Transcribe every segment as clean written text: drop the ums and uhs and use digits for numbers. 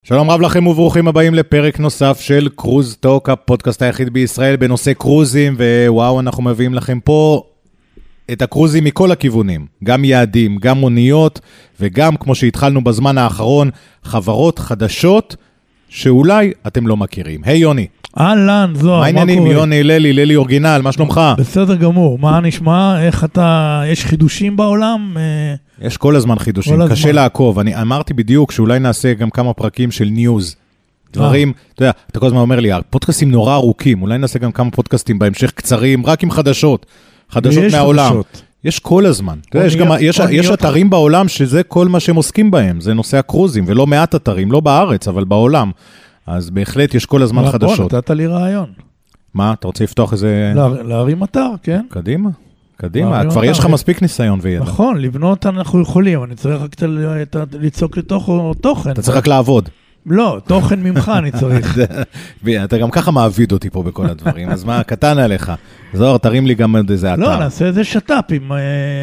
שלום רב לכם וברוכים הבאים לפרק נוסף של קרוז טוק, הפודקאסט היחיד בישראל בנושא קרוזים, ווואו, אנחנו מביאים לכם פה את הקרוזים מכל הכיוונים, גם יעדים, גם מוניות, וגם, כמו שהתחלנו בזמן האחרון, חברות חדשות שאולי אתם לא מכירים. היי יוני. אהלן, זוהר, מה העניינים? יוני, ללי אורגינל, מה שלומך? בסדר גמור, מה נשמע? איך אתה, יש חידושים בעולם? יש כל הזמן חידושים, קשה לעקוב. אני אמרתי בדיוק שאולי נעשה גם כמה פרקים של ניוז. דברים, אתה יודע, אתה כל הזמן אומר לי, הפודקאסטים נורא ארוכים, אולי נעשה גם כמה פודקאסטים בהמשך קצרים, רק עם חדשות מהעולם. יש כל הזמן. יש אתרים בעולם שזה כל מה שהם עוסקים בהם, זה נושא הקרוזים, ולא מעט אתרים, לא בארץ, אבל בעולם. אז בהחלט יש כל הזמן חדשות. נתת לי רעיון. מה, אתה רוצה לפתוח איזה... להרים אתר, כן? קדימה, כבר יש לך מספיק ניסיון וידע. נכון, לבנות אנחנו יכולים, אני צריך רק ליצוק לתוכו תוכן. אתה צריך רק לעבוד. לא, תוכן ממך אני צריך. אתה גם ככה מעביד אותי פה בכל הדברים, אז מה, קטן עליך. זוהר, תרים לי גם איזה אתר. לא, נעשה איזה שטאפ עם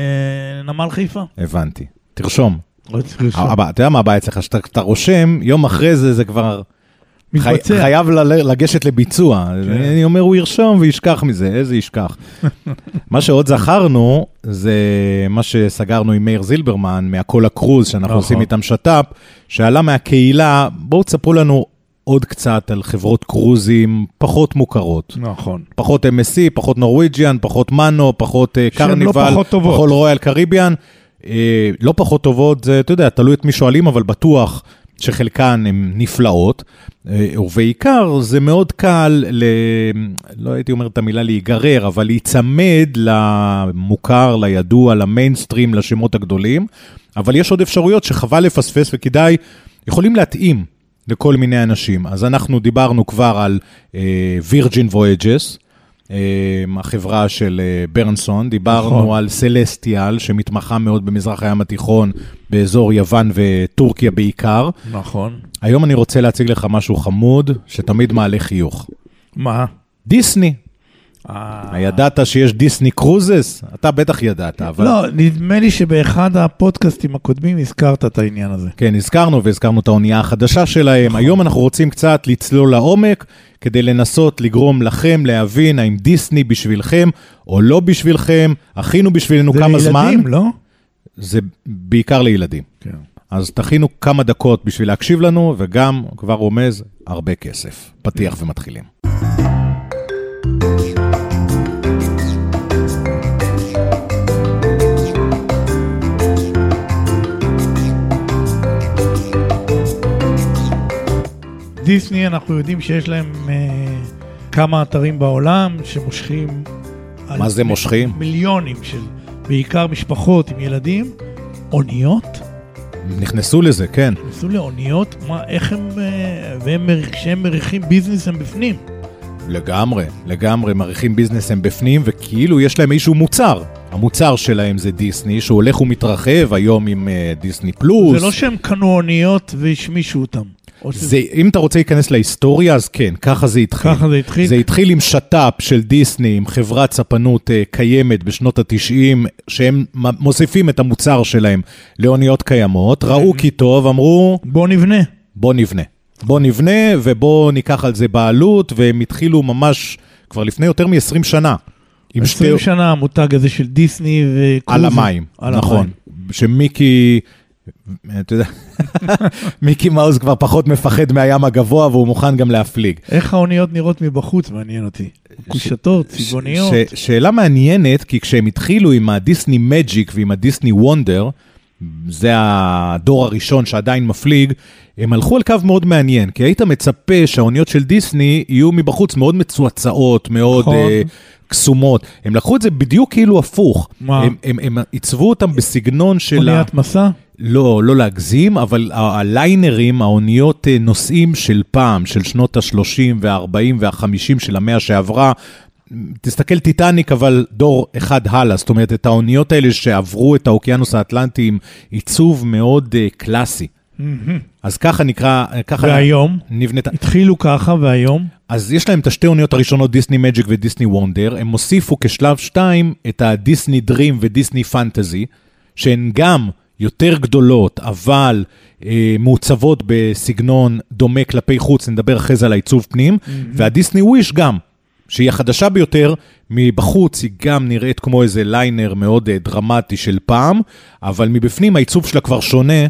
נמל חיפה. הבנתי. תרשום. אתה יודע מה הבעיה אצלך, שאתה רושם, יום אחרי זה כבר... חייב לגשת לביצוע. אני אומר, הוא ירשום וישכח מזה. איזה ישכח. מה שעוד זכרנו, זה מה שסגרנו עם מאיר זילברמן, מהכל הקרוז, שאנחנו עושים איתם שטאפ, שעלה מהקהילה, בואו תספרו לנו עוד קצת על חברות קרוזים פחות מוכרות. נכון. פחות MSC, פחות נורוויג'יאן, פחות מנו, פחות קרניבל, פחות רויאל קריביאן. לא פחות טובות, זה, אתה יודע, תלוי את מי שואלים, אבל בטוח שחלקן הן נפלאות, ובעיקר זה מאוד קל, לא הייתי אומר את המילה להיגרר, אבל להיצמד למוכר, לידוע, למיינסטרים, לשמות הגדולים, אבל יש עוד אפשרויות שחבל לפספס וכדאי, יכולים להתאים לכל מיני אנשים. אז אנחנו דיברנו כבר על Virgin Voyages, החברה של ברנסון, דיברנו על סלסטיאל, שמתמחה מאוד במזרח הים התיכון, באזור יוון וטורקיה בעיקר. נכון. היום אני רוצה להציג לך משהו חמוד, שתמיד מעלה חיוך. מה? דיסני. ידעת שיש דיסני קרוזס? אתה בטח ידעת, אבל... לא, נדמה לי שבאחד הפודקאסטים הקודמים הזכרת את העניין הזה. כן, הזכרנו את האונייה החדשה שלהם. היום אנחנו רוצים קצת לצלול לעומק, כדי לנסות לגרום לכם להבין האם דיסני בשבילכם או לא בשבילכם, הכינו בשבילנו כמה זמן. זה לילדים, לא? זה בעיקר לילדים. כן. אז תכינו כמה דקות בשביל להקשיב לנו, וגם כבר רומז הרבה כסף. פתיח ומתחילים. דיסני, אנחנו יודעים שיש להם כמה אתרים בעולם שמושכים... מה זה מושכים? מיליונים של בעיקר משפחות עם ילדים, אוניות. נכנסו לזה, כן. נכנסו לאוניות, איך הם, כשהם מריחים ביזנס הם בפנים. לגמרי מריחים ביזנס הם בפנים, וכאילו יש להם איזשהו מוצר. המוצר שלהם זה דיסני, שהוא הולך ומתרחב היום עם דיסני פלוס. זה לא שהם קנו אוניות והשמישו אותם. אם אתה רוצה להיכנס להיסטוריה, אז כן, ככה זה התחיל. זה התחיל עם שטאפ של דיסני, עם חברת ספנות קיימת בשנות ה-90, שהם מוסיפים את המוצר שלהם לאוניות קיימות, ראו כי טוב, אמרו... בוא נבנה, ובוא ניקח על זה בעלות, והם התחילו ממש כבר לפני יותר מ-20 שנה. 20 שנה המותג הזה של דיסני וקרוזים. על המים, נכון. שמיקי... אתה יודע, מיקי מאוס כבר פחות מפחד מהים הגבוה, והוא מוכן גם להפליג. איך האוניות נראות מבחוץ, מעניין אותי. קושטות, צבעוניות. שאלה מעניינת, כי כשהם התחילו עם הדיסני מג'יק ועם הדיסני וונדר, זה הדור הראשון שעדיין מפליג, הם הלכו על קו מאוד מעניין, כי היית מצפה שהאוניות של דיסני יהיו מבחוץ מאוד מצועצעות, מאוד קסומות. הם לקחו את זה בדיוק כאילו הפוך. הם עיצבו אותם בסגנון של... אוניית מסע? לא להגזים, אבל הליינרים, האוניות נושאים של פעם, של שנות ה-30 וה-40 וה-50 של המאה שעברה, תסתכל טיטניק, אבל דור אחד הלאה, זאת אומרת, את האוניות האלה שעברו את האוקיינוס האטלנטי עם עיצוב מאוד קלאסי. אז ככה נקרא... והיום? התחילו ככה, והיום? אז יש להם את השתי אוניות הראשונות, דיסני מג'יק ודיסני וונדר, הם הוסיפו כשלב 2 את הדיסני דרים ודיסני פנטזי, שהן גם יותר גדולות, אבל מעוצבות בסגנון דומה כלפי חוץ, נדבר אחרי זה על העיצוב פנים, והדיסני וויש גם, שהיא החדשה ביותר, מבחוץ היא גם נראית כמו איזה ליינר מאוד דרמטי של פעם, אבל מבפנים העיצוב שלה כבר שונה,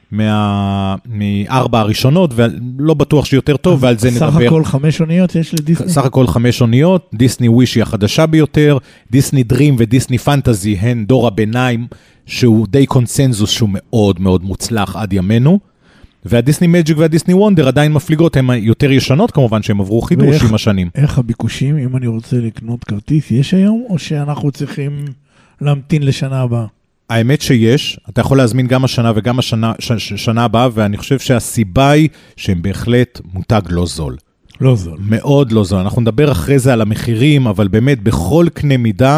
מארבע הראשונות, ולא בטוח שיותר טוב, ועל זה נדבר. סך הכל 5 אוניות יש לדיסני? סך הכל 5 אוניות, דיסני וויש היא החדשה ביותר, דיסני דרים ודיסני פנטזי הן דור הביניים, שהוא די קונסנזוס שהוא מאוד מאוד מוצלח עד ימינו, והדיסני מג'יק והדיסני וונדר עדיין מפליגות, הן יותר ישנות כמובן, שהן עברו חידוש עם השנים. איך הביקושים, אם אני רוצה לקנות כרטיס, יש היום, או שאנחנו צריכים להמתין לשנה הבאה? האמת שיש, אתה יכול להזמין גם השנה וגם השנה הבאה, ואני חושב שהסיבה היא שהם בהחלט מותג לא זול. לא זול. מאוד לא זול. אנחנו נדבר אחרי זה על המחירים, אבל באמת בכל קנה מידה,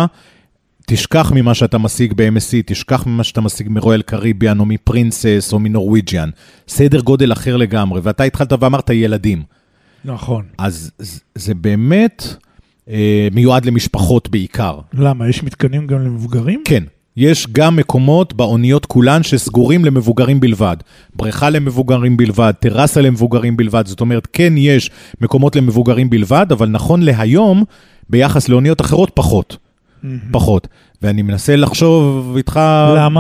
תשכח ממה שאתה משיג ב-MSC, תשכח ממה שאתה משיג מרויאל קריביאן, או מפרינסס, או מנורוויג'יאן. סדר גודל אחר לגמרי, ואתה התחלת ואמרת ילדים. נכון. אז זה באמת מיועד למשפחות בעיקר. למה? יש מתקנים גם למבוגרים? כן. יש גם מקומות באוניות כולן שסגורים למבוגרים בלבד. בריכה למבוגרים בלבד, טרסה למבוגרים בלבד. זאת אומרת, כן יש מקומות למבוגרים בלבד, אבל נכון להיום, ביחס לאוניות אחרות, פחות. פחות. ואני מנסה לחשוב איתך... למה?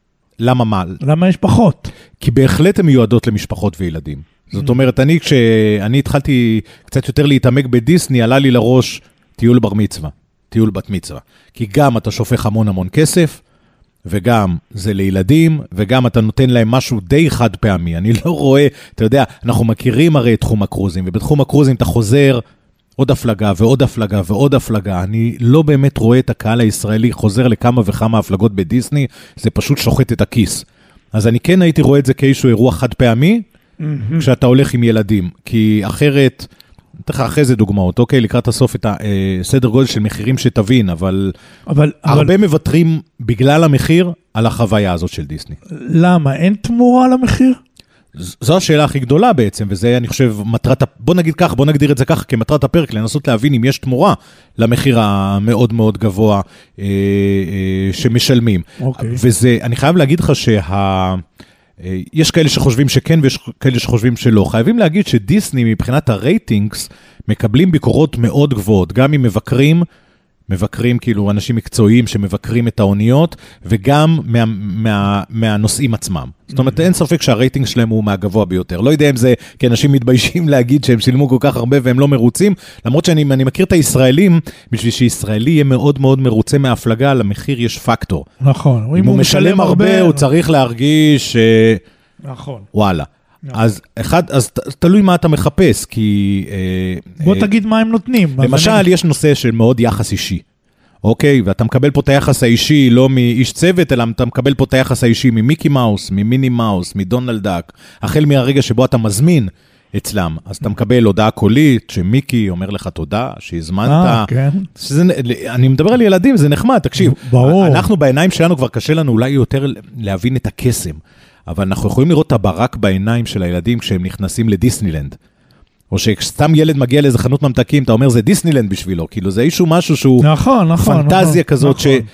למה מה? למה יש פחות? כי בהחלט הן מיועדות למשפחות וילדים. זאת אומרת, כשאני התחלתי קצת יותר להתעמק בדיסני, עלה לי לראש טיול בר מצווה. טיול בת מצווה. כי גם אתה שופך המון כסף, וגם זה לילדים, וגם אתה נותן להם משהו די חד פעמי. אני לא רואה, אתה יודע, אנחנו מכירים הרי את תחום הקרוזים, ובתחום הקרוזים אתה חוזר עוד הפלגה ועוד הפלגה ועוד הפלגה. אני לא באמת רואה את הקהל הישראלי חוזר לכמה וכמה הפלגות בדיסני, זה פשוט שוחט את הכיס. אז אני כן הייתי רואה את זה כאיזשהו אירוע חד פעמי, כשאתה הולך עם ילדים, כי אחרת... תכף אחרי זה דוגמאות, אוקיי, לקראת הסוף את הסדר גודל של מחירים שתבין, אבל הרבה מבטרים בגלל המחיר על החוויה הזאת של דיסני. למה? אין תמורה למחיר? זו השאלה הכי גדולה בעצם, וזה אני חושב מטרת, בוא נגדיר את זה ככה כמטרת הפרק, לנסות להבין אם יש תמורה למחיר המאוד מאוד גבוה שמשלמים. אוקיי. וזה, אני חייב להגיד לך יש כאלה שחושבים שכן ויש כאלה שחושבים שלא. חייבים להגיד שדיסני מבחינת הרייטינגס מקבלים ביקורות מאוד גבוהות, גם אם מבקרים כאילו אנשים מקצועיים שמבקרים את האוניות, וגם מהנושאים עצמם. זאת אומרת, אין ספק שהרייטינג שלהם הוא מהגבוה ביותר. לא יודע אם זה כי אנשים מתביישים להגיד שהם שילמו כל כך הרבה והם לא מרוצים, למרות שאני מכיר את הישראלים, בשביל שישראלי יהיה מאוד מאוד מרוצה מההפלגה, למחיר יש פקטור. נכון. אם הוא משלם הרבה, הוא צריך להרגיש נכון. וואלה. אז תלוי מה אתה מחפש, כי... בוא תגיד מה הם נותנים. למשל, יש נושא של מאוד יחס אישי, אוקיי? ואתה מקבל פה את היחס האישי, לא מאיש צוות, אלא אתה מקבל פה את היחס האישי ממיקי מאוס, ממיני מאוס, מדונלד דאק, החל מהרגע שבו אתה מזמין אצלם, אז אתה מקבל הודעה קולית, שמיקי אומר לך תודה, שהזמנת. כן. אני מדבר על ילדים, זה נחמד, תקשיב. ברור. אנחנו בעיניים שלנו כבר קשה לנו אולי יותר להבין את הקסם. אבל אנחנו יכולים לראות את הברק בעיניים של הילדים כשהם נכנסים לדיסנילנד. או שסתם ילד מגיע לאיזה חנות ממתקים, אתה אומר, זה דיסנילנד בשבילו. כאילו, זה איזשהו משהו שהוא פנטזיה כזאת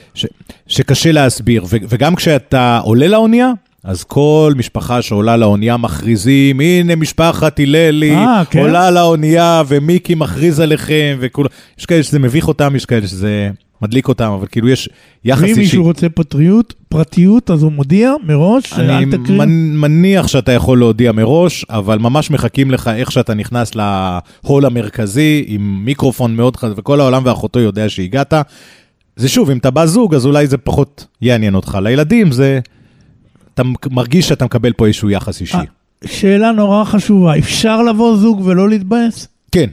שקשה להסביר. וגם כשאתה עולה לאונייה, אז כל משפחה שעולה לאונייה מכריזים, הנה משפחת היללי, עולה לאונייה, ומיקי מכריז עליכם, וכולו. יש כאלה שזה מביך אותם, יש כאלה שזה... מדליק אותם, אבל כאילו יש יחס אישי. ואם מישהו רוצה פרטיות, אז הוא מודיע מראש, אני מניח שאתה יכול להודיע מראש, אבל ממש מחכים לך איך שאתה נכנס להול המרכזי, עם מיקרופון מאוד חד, וכל העולם ואחותו יודע שהגעת. זה שוב, אם אתה בא זוג, אז אולי זה פחות יעניין אותך. לילדים זה, אתה מרגיש שאתה מקבל פה איזשהו יחס אישי. שאלה נורא חשובה, אפשר לבוא זוג ולא להתבאס? כן.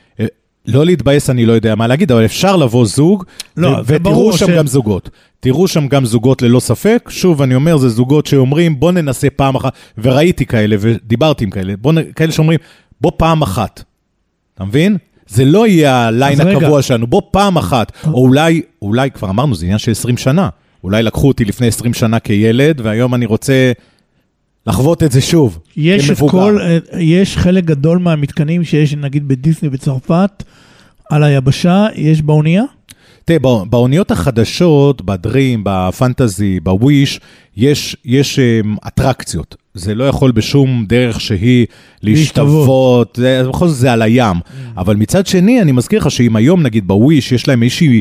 לא להתבאס, אני לא יודע מה להגיד, אבל אפשר לבוא זוג, ותראו שם גם זוגות. תראו שם גם זוגות ללא ספק. שוב, אני אומר, זה זוגות שאומרים, בוא ננסה פעם אחת, וראיתי כאלה, ודיברתי עם כאלה, כאלה שאומרים, בוא פעם אחת. אתה מבין? זה לא יהיה הליין הקבוע שלנו, בוא פעם אחת. או אולי, כבר אמרנו, זה עניין של 20 שנה. אולי לקחו אותי לפני 20 שנה כילד, והיום אני רוצה... לחוות את זה שוב, יש חלק גדול מהמתקנים שיש, נגיד בדיסני בצרפת, על היבשה, יש באונייה? תראה, באוניות החדשות, בדרים, בפנטזי, בוויש, יש אטרקציות. זה לא יכול בשום דרך שהיא להשתוות, בכל זאת זה על הים. אבל מצד שני, אני מזכיר לך שאם היום, נגיד בוויש, יש להם איזושהי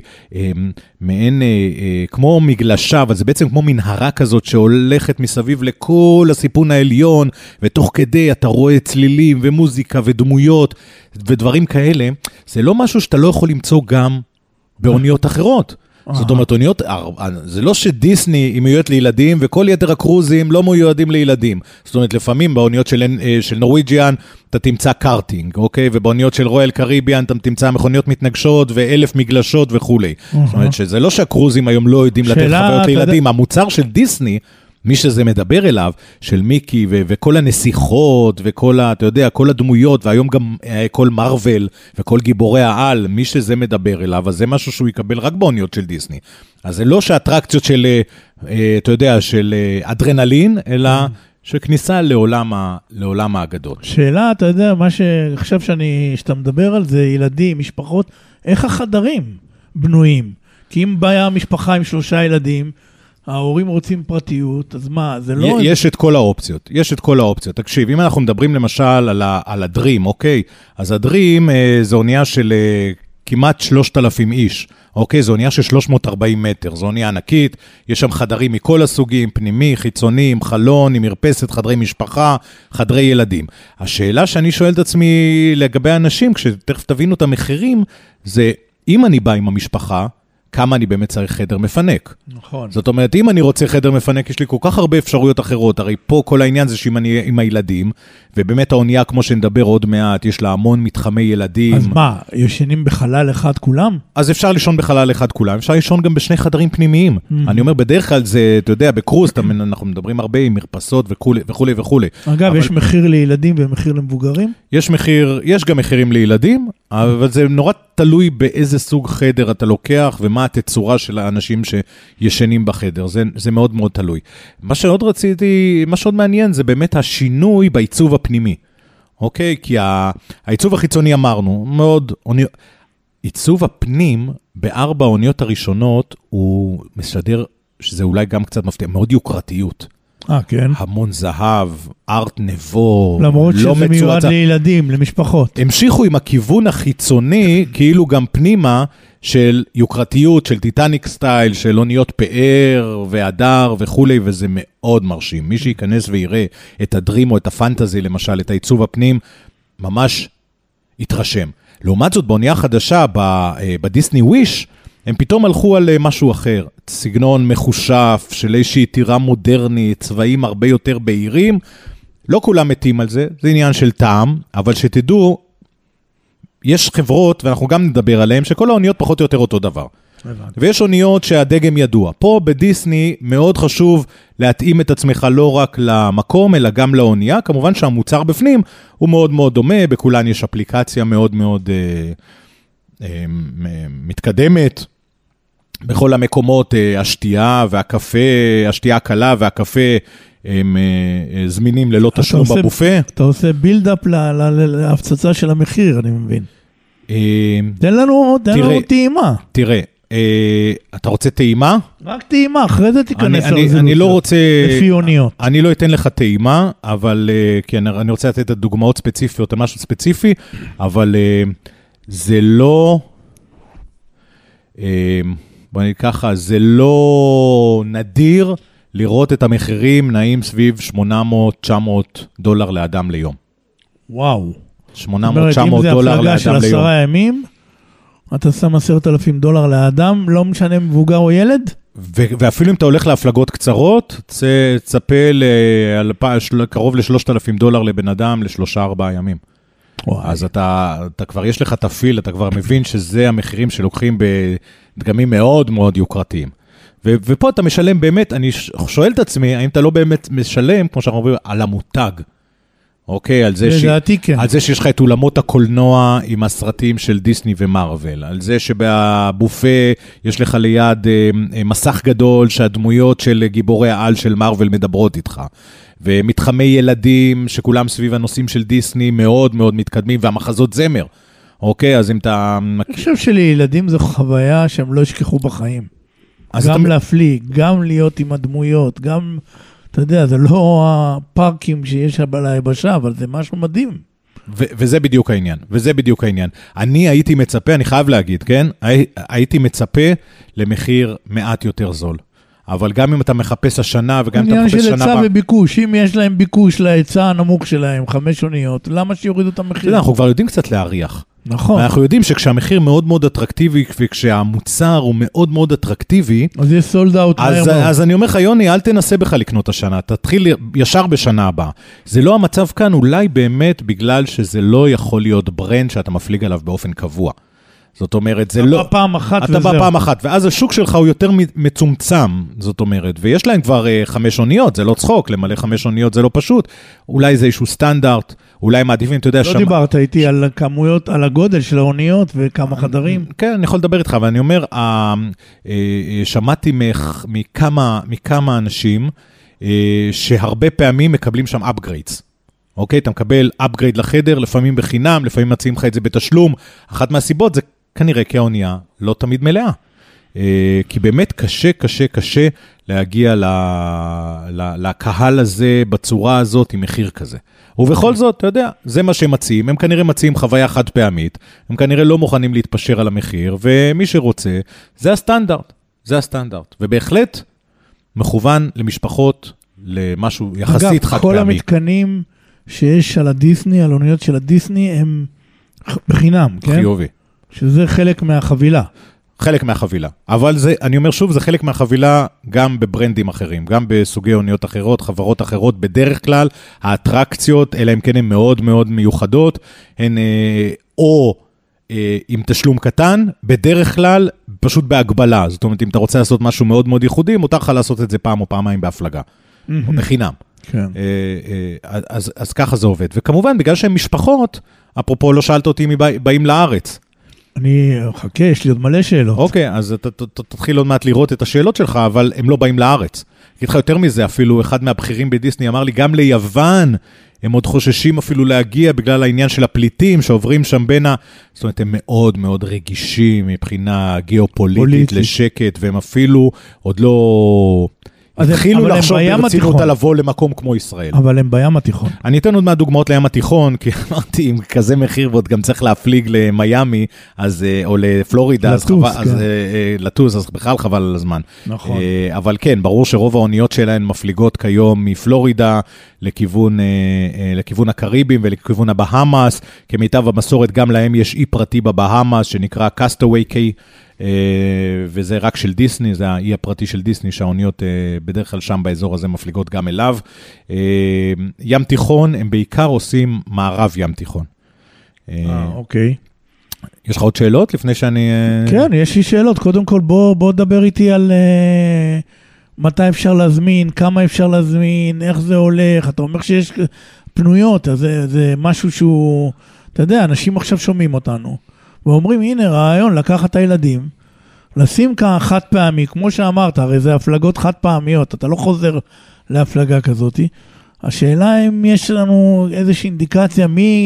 מעין, כמו מגלשה, אבל זה בעצם כמו מנהרה כזאת שהולכת מסביב לכל הסיפון העליון, ותוך כדי אתה רואה צלילים ומוזיקה ודמויות ודברים כאלה, זה לא משהו שאתה לא יכול למצוא גם באוניות אחרות. זאת אומרת, אוניות, זה לא שדיסני היא מיועדת לילדים, וכל יתר הקרוזים לא מיועדים לילדים. זאת אומרת, לפעמים באוניות של נורוויג'יאן, אתה תמצא קארטינג, אוקיי? ובאוניות של רויאל קריביאן, אתה תמצא מכוניות מתנגשות, ו1,000 מגלשות וכולי. זאת אומרת, שזה לא שהקרוזים היום לא יודעים לתת חוויות לילדים. המוצר של דיסני, מי שזה מדבר אליו, של מיקי וכל הנסיכות וכל, אתה יודע, כל הדמויות, והיום גם כל מרוול וכל גיבורי העל, מי שזה מדבר אליו, אז זה משהו שהוא יקבל רק באוניות של דיסני. אז זה לא שהאטרקציות של, אתה יודע, של אדרנלין, אלא שכניסה לעולם האגדות. שאלה, אתה יודע, מה שעכשיו שאתה מדבר על זה, ילדים, משפחות, איך החדרים בנויים? כי אם באה משפחה עם 3 ילדים, ההורים רוצים פרטיות, אז מה, זה לא... יש את כל האופציות, יש את כל האופציות. תקשיב, אם אנחנו מדברים למשל על הדרים, אוקיי? אז הדרים זה אונייה של כמעט 3,000 איש, אוקיי? זו אונייה של 340 מטר, זו אונייה ענקית, יש שם חדרים מכל הסוגים, פנימי, חיצוני, עם חלון, עם מרפסת, חדרי משפחה, חדרי ילדים. השאלה שאני שואל את עצמי לגבי אנשים, כשתכף תבינו את המחירים, זה אם אני בא עם המשפחה, כמה אני באמת צריך חדר מפנק. נכון. זאת אומרת, אם אני רוצה חדר מפנק, יש לי כל כך הרבה אפשרויות אחרות, הרי פה כל העניין זה שאם אני עם הילדים, ובאמת האונייה, כמו שנדבר עוד מעט, יש לה המון מתחמי ילדים. אז מה, ישנים בחלל אחד כולם? אז אפשר לישון בחלל אחד כולם, אפשר לישון גם בשני חדרים פנימיים. אני אומר, בדרך כלל זה, אתה יודע, בקרוז, אנחנו מדברים הרבה עם מרפסות וכולי וכולי. אגב, יש מחיר לילדים ומחיר למבוגרים? יש גם מחירים לילדים, אבל זה נורא תלוי באיזה סוג חדר אתה לוקח, ומה התצורה של האנשים שישנים בחדר. זה מאוד מאוד תלוי. מה שעוד מעניין, זה באמת השינוי בעיצוב הפנימי. אוקיי? כי העיצוב החיצוני אמרנו, מאוד, עיצוב הפנים, ב4 האוניות הראשונות, הוא משדר, שזה אולי גם קצת מפתיע, מאוד יוקרתיות. כן. המון זהב, ארט נבו, למרות לא שזה מיועד לילדים, למשפחות. המשיכו עם הכיוון החיצוני, כאילו גם פנימה, של יוקרתיות, של טיטניק סטייל, של אוניות פאר והדר וכולי, וזה מאוד מרשים. מי שיכנס ויראה את הדרים או את הפנטזי, למשל, את העיצוב הפנים, ממש יתרשם. לעומת זאת, באונייה חדשה, בדיסני וויש, הם פתאום הלכו על משהו אחר, סגנון מחושף, של איזושהי טירה מודרנית, צבעים הרבה יותר בהירים, לא כולם מתים על זה, זה עניין של טעם, אבל שתדעו, יש חברות, ואנחנו גם נדבר עליהן, שכל האוניות פחות או יותר אותו דבר. ויש אוניות שהדגם ידוע. פה בדיסני מאוד חשוב להתאים את עצמך לא רק למקום, אלא גם לאונייה. כמובן שהמוצר בפנים הוא מאוד מאוד דומה, בכולן יש אפליקציה מאוד מאוד מתקדמת. בכל המקומות השתייה והקפה, השתייה הקלה והקפה, הם זמינים ללא תשלום בבופה. אתה עושה בילדאפ להפצצה של המחיר, אני מבין. תן לנו טעימה. תראה, אתה רוצה טעימה? רק טעימה, אחרי זה תיכנס לרזולוציה. אני לא רוצה... לפי אוניות. אני לא אתן לך טעימה, אבל... כי אני רוצה לתת את הדוגמאות ספציפיות, או משהו ספציפי, אבל זה לא... בוא נגיד ככה, זה לא נדיר לראות את המחירים נעים סביב $800-900 לאדם ליום. וואו. $800-900 לאדם ליום. אם זה הפלגה של 10 ימים, אתה שם $10,000 לאדם, לא משנה מבוגר או ילד? ואפילו אם אתה הולך להפלגות קצרות, תצפה קרוב ל$3,000 לבן אדם ל3-4 ימים. אז אתה כבר יש לך תפיל, אתה כבר מבין שזה המחירים שלוקחים בדגמים מאוד מאוד יוקרתיים. ופה אתה משלם באמת, אני שואל את עצמי, האם אתה לא באמת משלם, כמו שאנחנו אומרים, על המותג. אוקיי, על זה שיש לך את אולמות הקולנוע עם הסרטים של דיסני ומרוול, על זה שבבופה יש לך ליד מסך גדול שהדמויות של גיבורי העל של מרוול מדברות איתך. ומתחמי ילדים שכולם סביב הנושאים של דיסני מאוד מאוד מתקדמים, והמחזות זמר. אוקיי, אז אם אתה... אני חושב שלילדים זו חוויה שהם לא ישכחו בחיים. גם להפליג, גם להיות עם הדמויות, גם, אתה יודע, זה לא הפארקים שיש על היבשה, אבל זה משהו מדהים. וזה בדיוק העניין, וזה בדיוק העניין. אני הייתי מצפה, אני חייב להגיד, כן? הייתי מצפה למחיר מעט יותר זול. אבל גם אם אתה מחפש השנה, וגם אם אתה מחפש שנה... עניין של היצע וביקוש, אם יש להם ביקוש להיצע הנמוך שלהם, 5 אוניות, למה שיורידו את המחיר? אנחנו כבר יודעים קצת להריח. נכון. אנחנו יודעים שכשהמחיר מאוד מאוד אטרקטיבי, וכשהמוצר הוא מאוד מאוד אטרקטיבי, אז יש סולד אאוט. אז אני אומר לך, יוני, אל תנסה בך לקנות השנה, תתחיל ישר בשנה הבאה. זה לא המצב כאן, אולי באמת בגלל שזה לא יכול להיות ברנד שאתה מפליג עליו באופן קבוע. זאת אומרת, זה לא... אתה פעם אחת וזהו. אתה פעם אחת, ואז השוק שלך הוא יותר מצומצם, זאת אומרת, ויש להם כבר 5 אוניות, זה לא צחוק, למלא 5 אוניות זה לא פשוט, אולי זה איזשהו סטנדרט, אולי מעדיפים, אתה יודע... לא דיברת איתי על כמויות, על הגודל של האוניות וכמה חדרים. כן, אני יכול לדבר איתך, ואני אומר, שמעתי מכמה אנשים, שהרבה פעמים מקבלים שם upgrades. אוקיי, אתה מקבל upgrade לחדר, לפעמים בחינם, לפעמים מציעים לך את זה בתשלום. אחת מהסיבות זה כנראה כי האונייה לא תמיד מלאה. כי באמת קשה להגיע לקהל הזה בצורה הזאת עם מחיר כזה. ובכל זאת, אתה יודע, זה מה שהם מציעים. הם כנראה מציעים חוויה חד פעמית, הם כנראה לא מוכנים להתפשר על המחיר, ומי שרוצה, זה הסטנדרט. זה הסטנדרט. ובהחלט מכוון למשפחות, למשהו יחסית חד פעמי. כל המתקנים שיש על הדיסני, על אוניות של הדיסני, הם בחינם, כן? חיובי. שזה חלק מהחבילה. חלק מהחבילה. אבל זה, אני אומר שוב, זה חלק מהחבילה גם בברנדים אחרים, גם בסוגי אוניות אחרות, חברות אחרות. בדרך כלל, האטרקציות, אלא אם כן הן מאוד מאוד מיוחדות, הן או עם תשלום קטן, בדרך כלל פשוט בהגבלה. זאת אומרת, אם אתה רוצה לעשות משהו מאוד מאוד ייחודי, מותר לך לעשות את זה פעם או פעמיים בהפלגה. או בחינם. כן. אז ככה זה עובד. וכמובן, בגלל שהן משפחות, אפרופו לא שאלת אותי אם באים לארץ. אני חכה, יש לי עוד מלא שאלות. אוקיי, אז תתחיל עוד מעט לראות את השאלות שלך, אבל הם לא באים לארץ. אגיד לך יותר מזה, אפילו אחד מהבכירים בדיסני אמר לי, גם ליוון הם עוד חוששים אפילו להגיע בגלל העניין של הפליטים שעוברים שם בין זאת אומרת, הם מאוד מאוד רגישים מבחינה גיאופוליטית לשקט, והם אפילו עוד לא... התחילו לחשוב ברצינות על לבוא למקום כמו ישראל. אבל הם בים התיכון. אני אתן עוד מהדוגמאות לים התיכון, כי אמרתי, עם כזה מחיר, ועוד גם צריך להפליג למיימי, או לפלורידה, לטוס, אז בכלל חבל על הזמן. נכון. אבל כן, ברור שרוב האוניות שלהן מפליגות כיום מפלורידה, לכיוון הקריבים ולכיוון הבהאמאס, כמיטב המסורת, גם להם יש אי פרטי בבהאמאס, שנקרא קאסטווי קיי, וזה רק של דיסני, זה האי הפרטי של דיסני, שהאוניות בדרך כלל שם באזור הזה מפליגות גם אליו. ים תיכון, הם בעיקר עושים מערב ים תיכון. אוקיי. יש לך עוד שאלות לפני שאני... כן, יש לי שאלות. קודם כל, בוא דבר איתי על מתי אפשר להזמין, כמה אפשר להזמין, איך זה הולך. אתה אומר שיש פנויות, אז זה משהו שהוא... אתה יודע, אנשים עכשיו שומעים אותנו. ואומרים, הנה רעיון, לקחת את הילדים, לשים כאן חד פעמי, כמו שאמרת, הרי זה הפלגות חד פעמיות, אתה לא חוזר להפלגה כזאת. השאלה אם יש לנו איזושהי אינדיקציה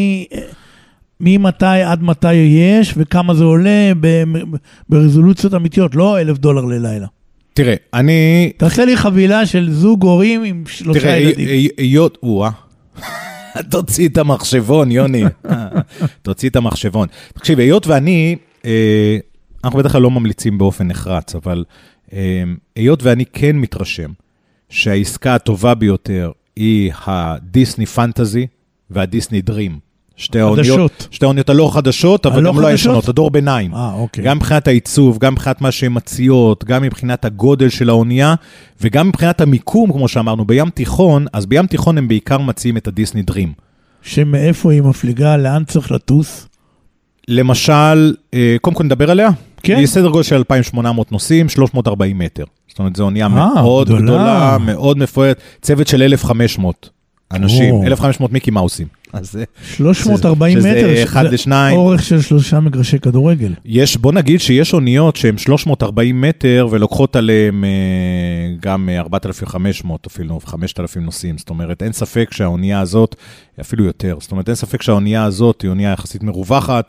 ממתי עד מתי יש, וכמה זה עולה ברזולוציות אמיתיות, לא $1,000 ללילה. תראה, תעשה לי חבילה של זוג הורים עם 3 ילדים. תראה, תוציא את המחשבון, יוני. תוציא את המחשבון. תקשיב, היות ואני, אנחנו בדרך כלל לא ממליצים באופן נחרץ, אבל היות ואני כן מתרשם שהעסקה הטובה ביותר היא הדיסני פנטזי והדיסני דרים. שתי האוניות הלא חדשות, אבל גם לא הישנות, הדור ביניים. גם מבחינת העיצוב, גם מבחינת מה שהן מציעות, גם מבחינת הגודל של האונייה, וגם מבחינת המיקום, כמו שאמרנו, בים תיכון, אז בים תיכון הם בעיקר מציעים את הדיסני דרים. שמאיפה היא מפליגה, לאן צריך לטוס? למשל, קודם כל נדבר עליה. כן. היא סדר גודל של 2,800 נוסעים, 340 מטר. זאת אומרת, זו אונייה מאוד גדולה, מאוד מפוארת, צוות של 1,500 אנשים, 1,500 מיקי מאוסים. 340 מטר, זה אורך של 3 מגרשי כדורגל. בוא נגיד שיש אוניות שהן 340 מטר ולוקחות עליהם גם 4,500 אפילו, 5,000 נוסעים. זאת אומרת, אין ספק שהאונייה הזאת, אפילו יותר, זאת אומרת, אין ספק שהאונייה הזאת היא אונייה יחסית מרווחת,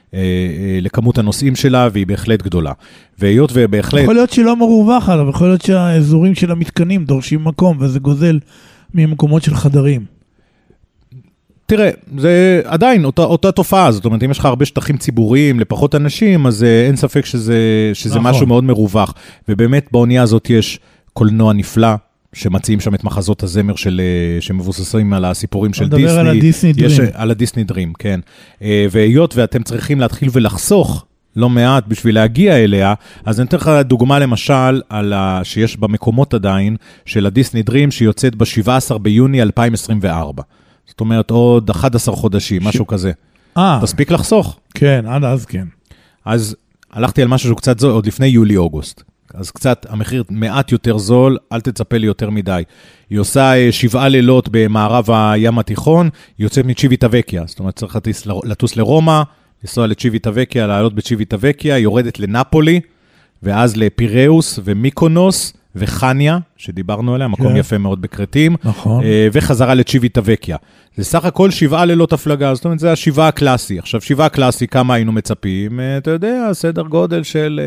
לכמות הנושאים שלה, והיא בהחלט גדולה. והיות ובהחלט... יכול להיות שהיא לא מרווחת, אבל יכול להיות שהאזורים של המתקנים דורשים מקום, וזה גוזל ממקומות של חדרים. תראה, זה עדיין אותה תופעה, זאת אומרת, אם יש לך הרבה שטחים ציבוריים לפחות אנשים, אז אין ספק שזה משהו מאוד מרווח. ובאמת באונייה הזאת יש קולנוע נפלא, שמציעים שם את מחזות הזמר שמבוססים על הסיפורים של דיסני. מדבר על הדיסני דרים. על הדיסני דרים, כן. והיות ואתם צריכים להתחיל ולחסוך לא מעט בשביל להגיע אליה, אז אני אתן לך דוגמה למשל, שיש במקומות עדיין, של הדיסני דרים, שיוצאת ב-17 ביוני 2024. זאת אומרת, עוד 11 חודשים, משהו כזה. תספיק לחסוך? כן, עד אז כן. אז הלכתי על משהו שהוא קצת זול, עוד לפני יולי-אוגוסט. אז קצת המחיר מעט יותר זול, אל תצפה לי יותר מדי. היא עושה 7 לילות במערב הים התיכון, היא יוצאת מצ'יוויטה וקיה, זאת אומרת צריך לטוס לרומא, לנסוע לצ'יוויטה וקיה, לעלות בצ'יוויטה וקיה, היא יורדת לנפולי, ואז לפיראוס ומיקונוס וחניה, שדיברנו עליה, מקום יפה מאוד בקרטים, וחזרה לצ'יוויטה וקיה. זה סך הכל 7 לילות הפלגה, זאת אומרת, זה השבעה הקלאסי. עכשיו, 7 הקלאסי, כמה היינו מצפים? אתה יודע, סדר גודל של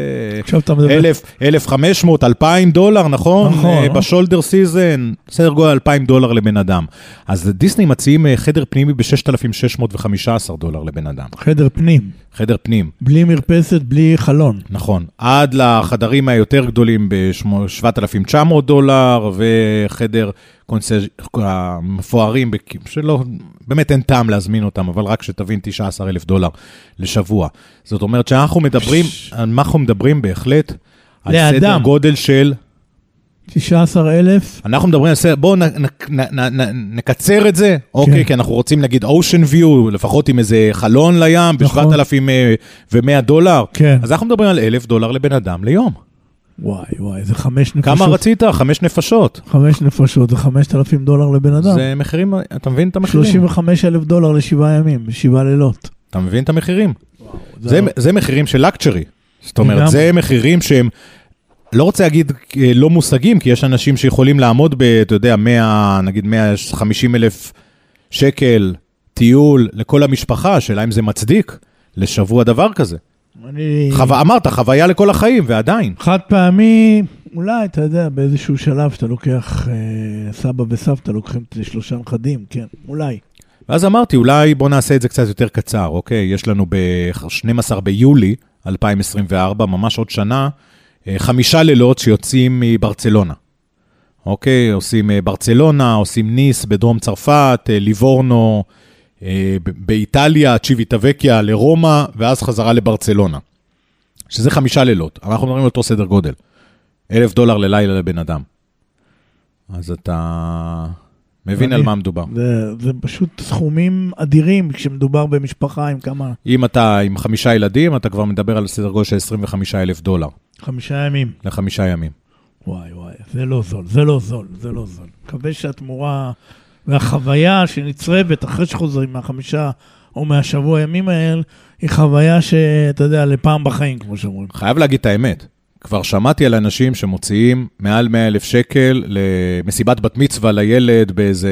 1,500, 2,000 דולר, נכון? בשולדר סיזן, סדר גודל 2,000 דולר לבן אדם. אז דיסני מציעים חדר פנימי ב-6,615 דולר לבן אדם. חדר פנים. חדר פנים. בלי מרפסת, בלי חלון. נכון. עד לחדרים היותר גדולים ב-7,900 דולר, וחדר המפוארים, שלא, באמת אין טעם להזמין אותם, אבל רק שתבין 19,000 דולר לשבוע. זאת אומרת שאנחנו מדברים בהחלט על סדר גודל של 19,000. אנחנו מדברים על סדר, בואו נקצר את זה, אוקיי, כי אנחנו רוצים להגיד אושן ויו, לפחות עם איזה חלון לים, ב-7,100 דולר. אז אנחנו מדברים על 1,000 דולר לבן אדם ליום. וואי, זה 5 נפשות. כמה רצית? 5 נפשות. 5 נפשות, זה 5,000 דולר לבן אדם. זה מחירים, אתה מבין את המחירים? 35,000 דולר ל7 ימים, 7 לילות. אתה מבין את המחירים? זה מחירים של לקצ'רי. זאת אומרת, זה מחירים שהם, לא רוצה להגיד לא מושגים, כי יש אנשים שיכולים לעמוד אתה יודע, נגיד 150,000 שקל, טיול לכל המשפחה, השאלה אם זה מצדיק לשבוע דבר כזה. אמרת, חוויה לכל החיים, ועדיין. חד פעמי, אולי, אתה יודע, באיזשהו שלב שאתה לוקח, סבא וסבתא לוקחים 3 נכדים, כן, אולי. ואז אמרתי, אולי בוא נעשה את זה קצת יותר קצר, אוקיי? יש לנו ב-12 ביולי 2024, ממש עוד שנה, 5 לילות שיוצאים מברצלונה. אוקיי? עושים ברצלונה, עושים ניס בדרום צרפת, ליבורנו, באיטליה, צ'יוויטה וקיה, לרומא, ואז חזרה לברצלונה. שזה 5 לילות. אנחנו מדברים על אותו סדר גודל. 1,000 דולר ללילה לבן אדם. אז אתה מבין על מה מדובר. זה פשוט סכומים אדירים כשמדובר במשפחה עם כמה... אם אתה עם 5 ילדים, אתה כבר מדבר על סדר גודל של 25,000 דולר. 5 ימים. ל5 ימים. וואי, זה לא זול. מקווה שהתמורה והחוויה שנצרבת אחרי שחוזרים מה5 או מהשבוע הימים האלה, היא חוויה שאתה יודע, לפעם בחיים, כמו שאומרים. חייב להגיד את האמת. כבר שמעתי על אנשים שמוציאים מעל 100,000 שקל למסיבת בת מצווה לילד באיזה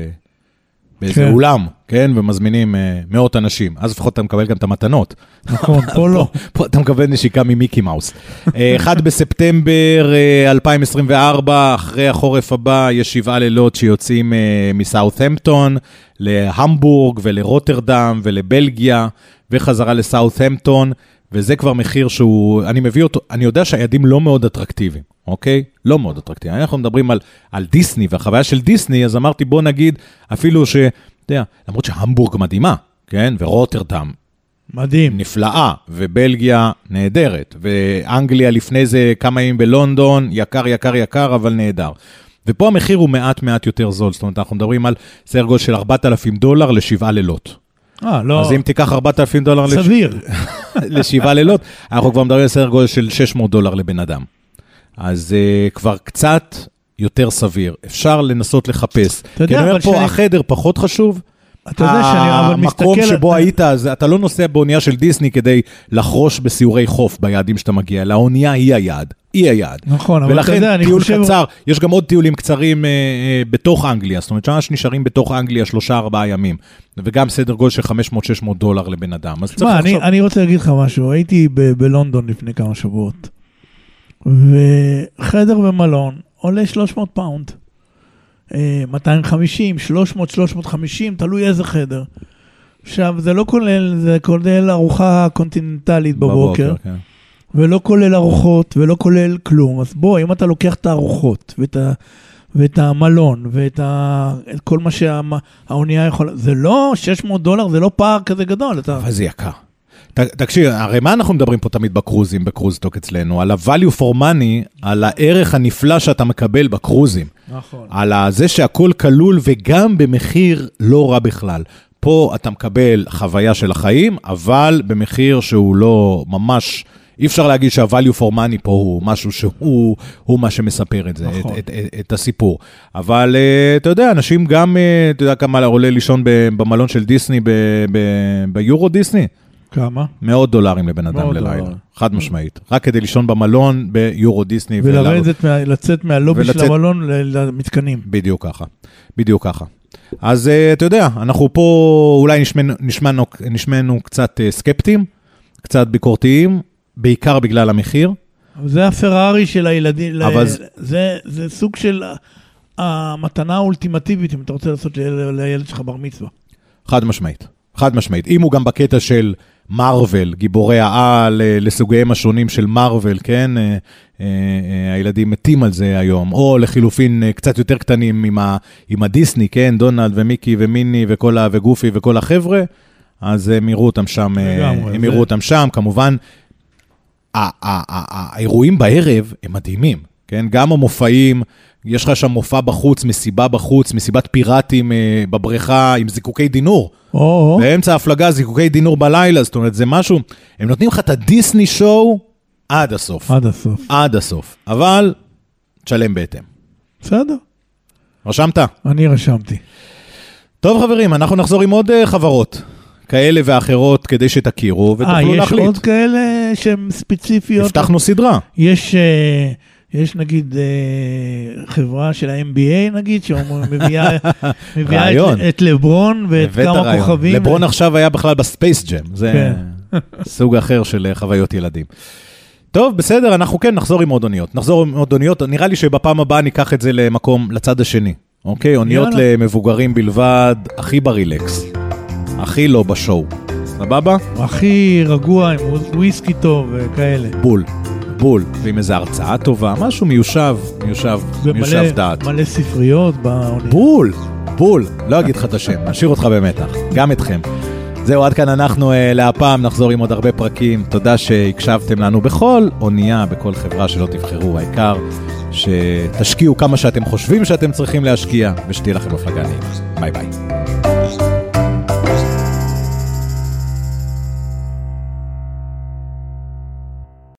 אולם, כן? ומזמינים מאות אנשים. אז לפחות אתה מקבל גם את המתנות. נכון, פה לא. פה אתה מקבל נשיקה ממיקי מאוס. 1 בספטמבר 2024, אחרי החורף הבא, יש 7 לילות שיוצאים מסאות'המפטון, להמבורג ולרוטרדם ולבלגיה, וחזרה לסאות'המפטון, וזה כבר מחיר שהוא, אני מביא אותו, אני יודע שהיעדים לא מאוד אטרקטיביים, אוקיי? לא מאוד אטרקטיביים. אנחנו מדברים על דיסני, והחוויה של דיסני, אז אמרתי, בוא נגיד, אפילו אתה יודע, למרות שהמבורג מדהימה, כן? ורוטרדם. מדהים. נפלאה, ובלגיה נהדרת, ואנגליה לפני זה כמה ימים בלונדון, יקר, אבל נהדר. ופה המחיר הוא מעט יותר זול, זאת אומרת, אנחנו מדברים על סדר גודל של 4,000 דולר ל7 לילות. לא. אז אם תיקח 4,000 דולר סביר. ל7 לילות, אנחנו כבר מדברים על סדר גודל של 600 דולר לבן אדם. אז כבר קצת יותר סביר. אפשר לנסות לחפש. כי אני אומר פה, החדר פחות חשוב. אתה יודע שאני אבל מסתכל... המקום שבו היית, אתה לא נוסע באונייה של דיסני כדי לחרוש בסיורי חוף ביעדים שאתה מגיע, אלא האונייה היא היעד. היא היעד. נכון, אבל אתה יודע, אני חושב... קצר, יש גם עוד טיולים קצרים בתוך אנגליה, זאת אומרת, ממש נשארים בתוך אנגליה 3-4 ימים, וגם סדר גודל של $500-600 לבן אדם. תשמע, אני רוצה להגיד לך משהו, הייתי בלונדון לפני כמה שבועות, וחדר במלון עולה 300 פאונד, 250, 300, 350, תלוי איזה חדר. עכשיו, זה לא כולל, זה כולל ארוחה קונטיננטלית בבוקר, כן. ולא כולל ארוחות, ולא כולל כלום. אז בוא, אם אתה לוקח את הארוחות, ואת המלון, ואת כל מה שהאונייה יכולה, זה לא $600, זה לא פער כזה גדול. אבל זה יקר. תקשיב, הרי מה אנחנו מדברים פה תמיד בקרוזים, בקרוזטוק אצלנו? על ה-value for money, על הערך הנפלא שאתה מקבל בקרוזים. נכון. על זה שהכל כלול וגם במחיר לא רע בכלל. פה אתה מקבל חוויה של החיים, אבל במחיר שהוא לא ממש... אי אפשר להגיד שה-value for money פה הוא משהו שהוא מה שמספר את זה, נכון. את הסיפור. אבל אתה יודע, אנשים גם, אתה יודע כמה עולה לישון במלון של דיסני, ביורו דיסני? כמה? $100 לבן אדם ללילה, חד משמעית. רק כדי לישון במלון ביורו דיסני. ולצאת מהלובי של המלון למתקנים. בדיוק ככה, בדיוק ככה. אז אתה יודע, אנחנו פה אולי נשמענו קצת סקפטיים, קצת ביקורתיים, בעיקר בגלל המחיר. זה הפרארי של הילדים, זה סוג של המתנה האולטימטיבית, אם אתה רוצה לעשות לילד שלך בר מצווה. חד משמעית, חד משמעית. אם הוא גם בקטע של מרוול, גיבורי העל, לסוגיהם השונים של מרוול, כן? הילדים מתים על זה היום, או לחילופין קצת יותר קטנים עם הדיסני, כן? דונלד ומיקי ומיני וגופי וכל החבר'ה, אז הם יראו אותם שם, הם יראו אותם שם, כמובן, האירועים בערב הם מדהימים, כן? גם המופעים, יש לך שם מופע בחוץ, מסיבה בחוץ, מסיבת פיראטים בבריכה עם זיקוקי דינור. באמצע ההפלגה, זיקוקי דינור בלילה, זאת אומרת, זה משהו, הם נותנים לך את הדיסני שואו עד הסוף. עד הסוף. עד הסוף. אבל, תשלם בהתאם. בסדר. רשמת? אני רשמתי. טוב חברים, אנחנו נחזור עם עוד חברות. כאלה ואחרות כדי שתכירו ותוכלו להחליט. יש עוד כאלה שהן ספציפיות. הבטחנו סדרה. יש נגיד חברה של ה-NBA נגיד, שמביאה את לברון ואת כמה כוכבים. לברון עכשיו היה בכלל בספייס ג'ם, זה סוג אחר של חוויות ילדים. טוב, בסדר, אנחנו כן נחזור עם עוד אוניות. נחזור עם עוד אוניות, נראה לי שבפעם הבאה ניקח את זה למקום, לצד השני. אוקיי, אוניות למבוגרים בלבד, הכי ברילקס. הכי לא בשואו. סבבה? הכי רגוע, עם וויסקי טוב וכאלה. בול. ועם איזו הרצאה טובה, משהו מיושב דעת. מלא ספריות בעונה. בול. לא אגיד לך את השם, נשאיר אותך במתח. גם אתכם. זהו, עד כאן אנחנו להפעם נחזור עם עוד הרבה פרקים. תודה שהקשבתם לנו בכל אונייה, בכל חברה שלא תבחרו. העיקר שתשקיעו כמה שאתם חושבים שאתם צריכים להשקיע, ושתהיה לכם הפלגה נעימה. ביי ביי.